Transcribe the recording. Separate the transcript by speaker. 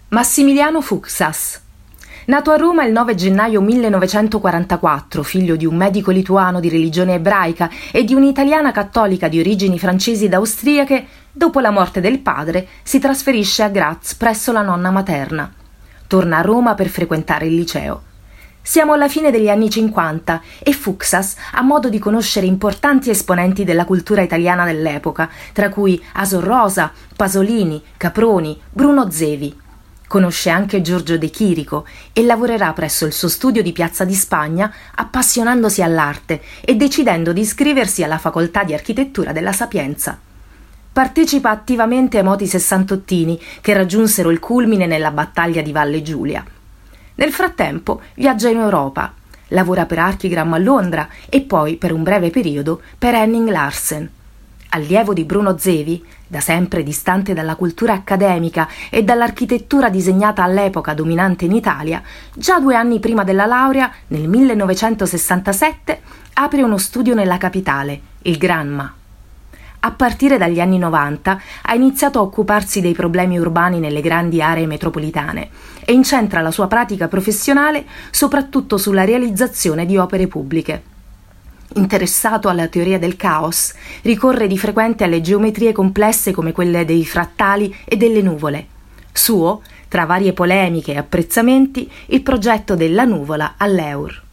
Speaker 1: Massimiliano Fuksas. Nato a Roma il 9 gennaio 1944, figlio di un medico lituano di religione ebraica e di un'italiana cattolica di origini francesi ed austriache, dopo la morte del padre si trasferisce a Graz presso la nonna materna. Torna a Roma per frequentare il liceo. Siamo alla fine degli anni 50 e Fuksas ha modo di conoscere importanti esponenti della cultura italiana dell'epoca, tra cui Asor Rosa, Pasolini, Caproni, Bruno Zevi. Conosce anche Giorgio De Chirico e lavorerà presso il suo studio di Piazza di Spagna, appassionandosi all'arte e decidendo di iscriversi alla Facoltà di Architettura della Sapienza. Partecipa attivamente ai moti sessantottini che raggiunsero il culmine nella battaglia di Valle Giulia. Nel frattempo viaggia in Europa, lavora per Archigram a Londra e poi, per un breve periodo, per Henning Larsen. Allievo di Bruno Zevi, da sempre distante dalla cultura accademica e dall'architettura disegnata all'epoca dominante in Italia, già 2 anni prima della laurea, nel 1967, apre uno studio nella capitale, il Granma. A partire dagli anni 90 ha iniziato a occuparsi dei problemi urbani nelle grandi aree metropolitane e incentra la sua pratica professionale soprattutto sulla realizzazione di opere pubbliche. Interessato alla teoria del caos, ricorre di frequente alle geometrie complesse come quelle dei frattali e delle nuvole. Suo, tra varie polemiche e apprezzamenti, il progetto della nuvola all'Eur.